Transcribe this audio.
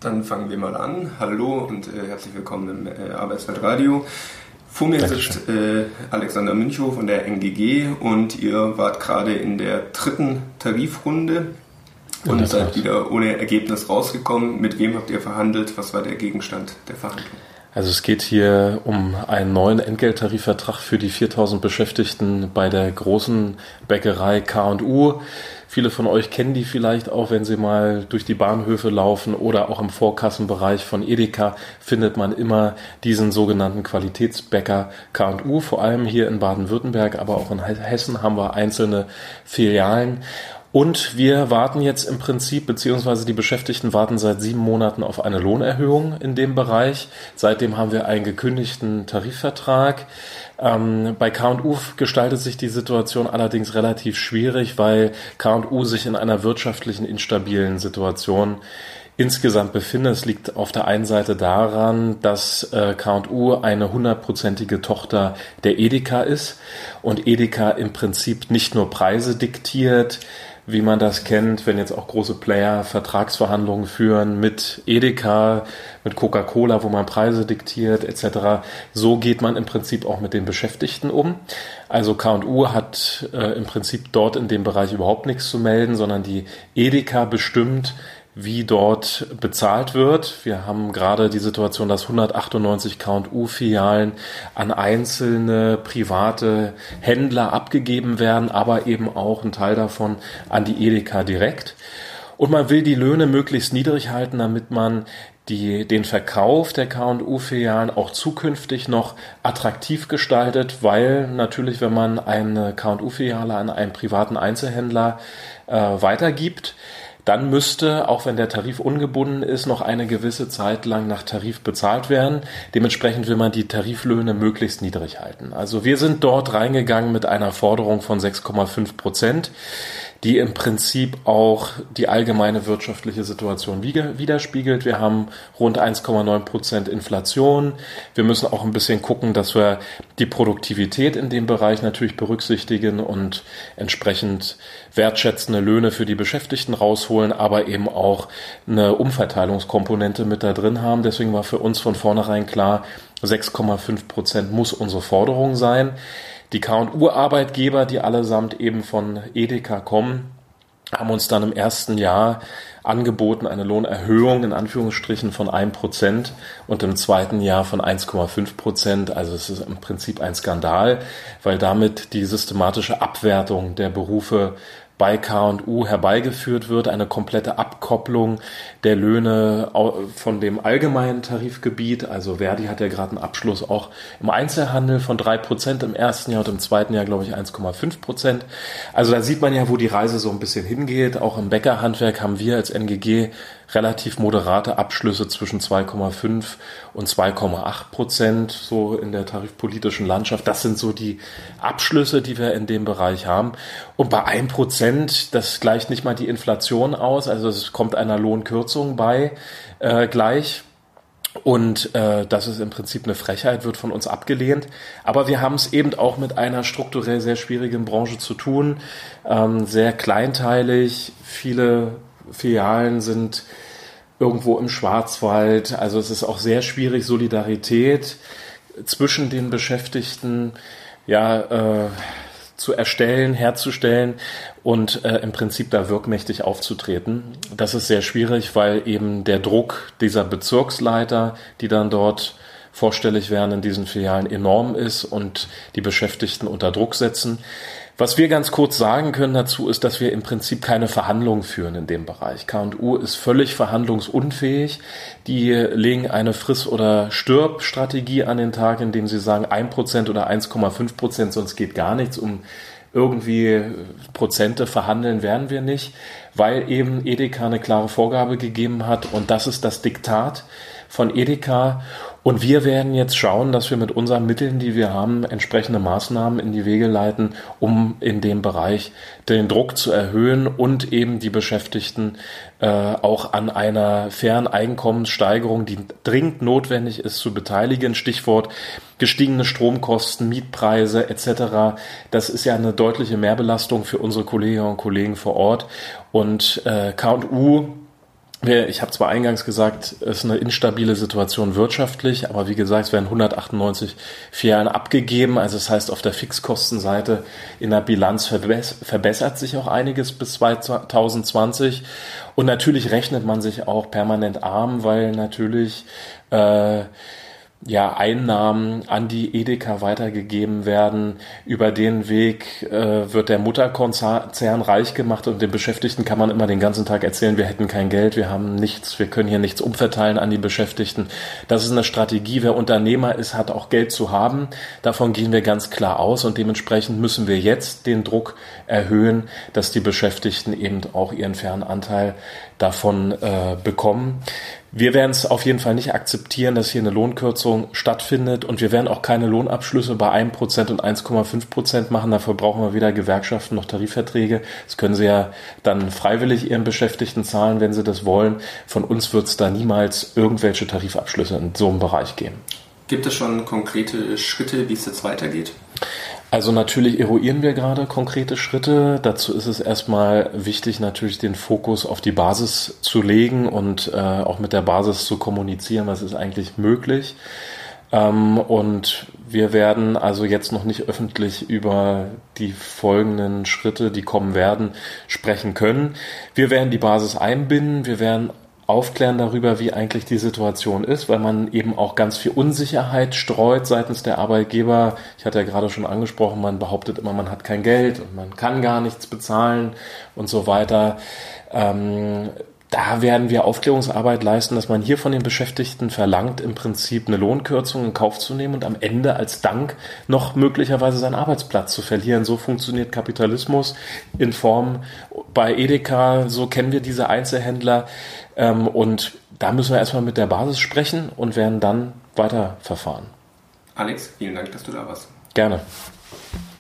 Dann fangen wir mal an. Hallo und herzlich willkommen im Arbeitswelt-Radio. Vor mir sitzt Alexander Münchow von der NGG und ihr wart gerade in der dritten Tarifrunde und seid wieder ohne Ergebnis rausgekommen. Mit wem habt ihr verhandelt? Was war der Gegenstand der Verhandlung? Also es geht hier um einen neuen Entgelttarifvertrag für die 4000 Beschäftigten bei der großen Bäckerei K&U. Viele von euch kennen die vielleicht auch, wenn sie mal durch die Bahnhöfe laufen oder auch im Vorkassenbereich von Edeka findet man immer diesen sogenannten Qualitätsbäcker K&U. Vor allem hier in Baden-Württemberg, aber auch in Hessen haben wir einzelne Filialen. Und wir warten jetzt im Prinzip, beziehungsweise die Beschäftigten warten seit 7 Monaten auf eine Lohnerhöhung in dem Bereich. Seitdem haben wir einen gekündigten Tarifvertrag. Bei K&U gestaltet sich die Situation allerdings relativ schwierig, weil K&U sich in einer wirtschaftlichen instabilen Situation insgesamt befindet. Es liegt auf der einen Seite daran, dass K&U eine 100%ige Tochter der Edeka ist und Edeka im Prinzip nicht nur Preise diktiert, wie man das kennt, wenn jetzt auch große Player Vertragsverhandlungen führen mit Edeka, mit Coca-Cola, wo man Preise diktiert etc. So geht man im Prinzip auch mit den Beschäftigten um. Also K&U hat im Prinzip dort in dem Bereich überhaupt nichts zu melden, sondern die Edeka bestimmt, wie dort bezahlt wird. Wir haben gerade die Situation, dass 198 K&U-Filialen an einzelne private Händler abgegeben werden, aber eben auch ein Teil davon an die Edeka direkt. Und man will die Löhne möglichst niedrig halten, damit man den Verkauf der K&U-Filialen auch zukünftig noch attraktiv gestaltet, weil natürlich, wenn man eine K&U-Filiale an einen privaten Einzelhändler weitergibt, dann müsste, auch wenn der Tarif ungebunden ist, noch eine gewisse Zeit lang nach Tarif bezahlt werden. Dementsprechend will man die Tariflöhne möglichst niedrig halten. Also wir sind dort reingegangen mit einer Forderung von 6,5%, die im Prinzip auch die allgemeine wirtschaftliche Situation widerspiegelt. Wir haben rund 1,9% Inflation. Wir müssen auch ein bisschen gucken, dass wir die Produktivität in dem Bereich natürlich berücksichtigen und entsprechend wertschätzende Löhne für die Beschäftigten rausholen, aber eben auch eine Umverteilungskomponente mit da drin haben. Deswegen war für uns von vornherein klar, 6,5% muss unsere Forderung sein. Die K&U-Arbeitgeber, die allesamt eben von Edeka kommen, haben uns dann im ersten Jahr angeboten, eine Lohnerhöhung in Anführungsstrichen von 1% und im zweiten Jahr von 1,5%. Also es ist im Prinzip ein Skandal, weil damit die systematische Abwertung der Berufe bei K&U herbeigeführt wird, eine komplette Abkopplung der Löhne von dem allgemeinen Tarifgebiet. Also Verdi hat ja gerade einen Abschluss auch im Einzelhandel von 3% im ersten Jahr und im zweiten Jahr, glaube ich, 1,5%. Also da sieht man ja, wo die Reise so ein bisschen hingeht. Auch im Bäckerhandwerk haben wir als NGG relativ moderate Abschlüsse zwischen 2,5 und 2,8%, so in der tarifpolitischen Landschaft. Das sind so die Abschlüsse, die wir in dem Bereich haben. Und bei 1%, das gleicht nicht mal die Inflation aus, also es kommt einer Lohnkürzung bei gleich. Und das ist im Prinzip eine Frechheit, wird von uns abgelehnt. Aber wir haben es eben auch mit einer strukturell sehr schwierigen Branche zu tun, sehr kleinteilig, viele Filialen sind irgendwo im Schwarzwald. Also es ist auch sehr schwierig, Solidarität zwischen den Beschäftigten zu erstellen, herzustellen und im Prinzip da wirkmächtig aufzutreten. Das ist sehr schwierig, weil eben der Druck dieser Bezirksleiter, die dann dort vorstellig werden in diesen Filialen, enorm ist und die Beschäftigten unter Druck setzen. Was wir ganz kurz sagen können dazu ist, dass wir im Prinzip keine Verhandlungen führen in dem Bereich. K&U ist völlig verhandlungsunfähig. Die legen eine Friss- oder Stirb-Strategie an den Tag, indem sie sagen 1% oder 1,5%, sonst geht gar nichts. Um irgendwie Prozente verhandeln werden wir nicht, weil eben Edeka eine klare Vorgabe gegeben hat und das ist das Diktat von Edeka. Und wir werden jetzt schauen, dass wir mit unseren Mitteln, die wir haben, entsprechende Maßnahmen in die Wege leiten, um in dem Bereich den Druck zu erhöhen und eben die Beschäftigten auch an einer fairen Einkommenssteigerung, die dringend notwendig ist, zu beteiligen. Stichwort gestiegene Stromkosten, Mietpreise etc. Das ist ja eine deutliche Mehrbelastung für unsere Kolleginnen und Kollegen vor Ort. Und K&U Ich habe zwar eingangs gesagt, es ist eine instabile Situation wirtschaftlich, aber wie gesagt, es werden 198 Filialen abgegeben. Also das heißt, auf der Fixkostenseite in der Bilanz verbessert sich auch einiges bis 2020. Und natürlich rechnet man sich auch permanent arm, weil natürlich Einnahmen an die Edeka weitergegeben werden. Über den Weg wird der Mutterkonzern reich gemacht und den Beschäftigten kann man immer den ganzen Tag erzählen, wir hätten kein Geld, wir haben nichts, wir können hier nichts umverteilen an die Beschäftigten. Das ist eine Strategie. Wer Unternehmer ist, hat auch Geld zu haben. Davon gehen wir ganz klar aus und dementsprechend müssen wir jetzt den Druck erhöhen, dass die Beschäftigten eben auch ihren fairen Anteil davon bekommen. Wir werden es auf jeden Fall nicht akzeptieren, dass hier eine Lohnkürzung stattfindet und wir werden auch keine Lohnabschlüsse bei 1% und 1,5% machen. Dafür brauchen wir weder Gewerkschaften noch Tarifverträge. Das können sie ja dann freiwillig ihren Beschäftigten zahlen, wenn sie das wollen. Von uns wird es da niemals irgendwelche Tarifabschlüsse in so einem Bereich geben. Gibt es schon konkrete Schritte, wie es jetzt weitergeht? Also natürlich eruieren wir gerade konkrete Schritte. Dazu ist es erstmal wichtig, natürlich den Fokus auf die Basis zu legen und auch mit der Basis zu kommunizieren, was ist eigentlich möglich. Und wir werden also jetzt noch nicht öffentlich über die folgenden Schritte, die kommen werden, sprechen können. Wir werden die Basis einbinden, wir werden aufklären darüber, wie eigentlich die Situation ist, weil man eben auch ganz viel Unsicherheit streut seitens der Arbeitgeber. Ich hatte ja gerade schon angesprochen, man behauptet immer, man hat kein Geld und man kann gar nichts bezahlen und so weiter. Da werden wir Aufklärungsarbeit leisten, dass man hier von den Beschäftigten verlangt, im Prinzip eine Lohnkürzung in Kauf zu nehmen und am Ende als Dank noch möglicherweise seinen Arbeitsplatz zu verlieren. So funktioniert Kapitalismus in Form bei Edeka, so kennen wir diese Einzelhändler. Und da müssen wir erstmal mit der Basis sprechen und werden dann weiter verfahren. Alex, vielen Dank, dass du da warst. Gerne.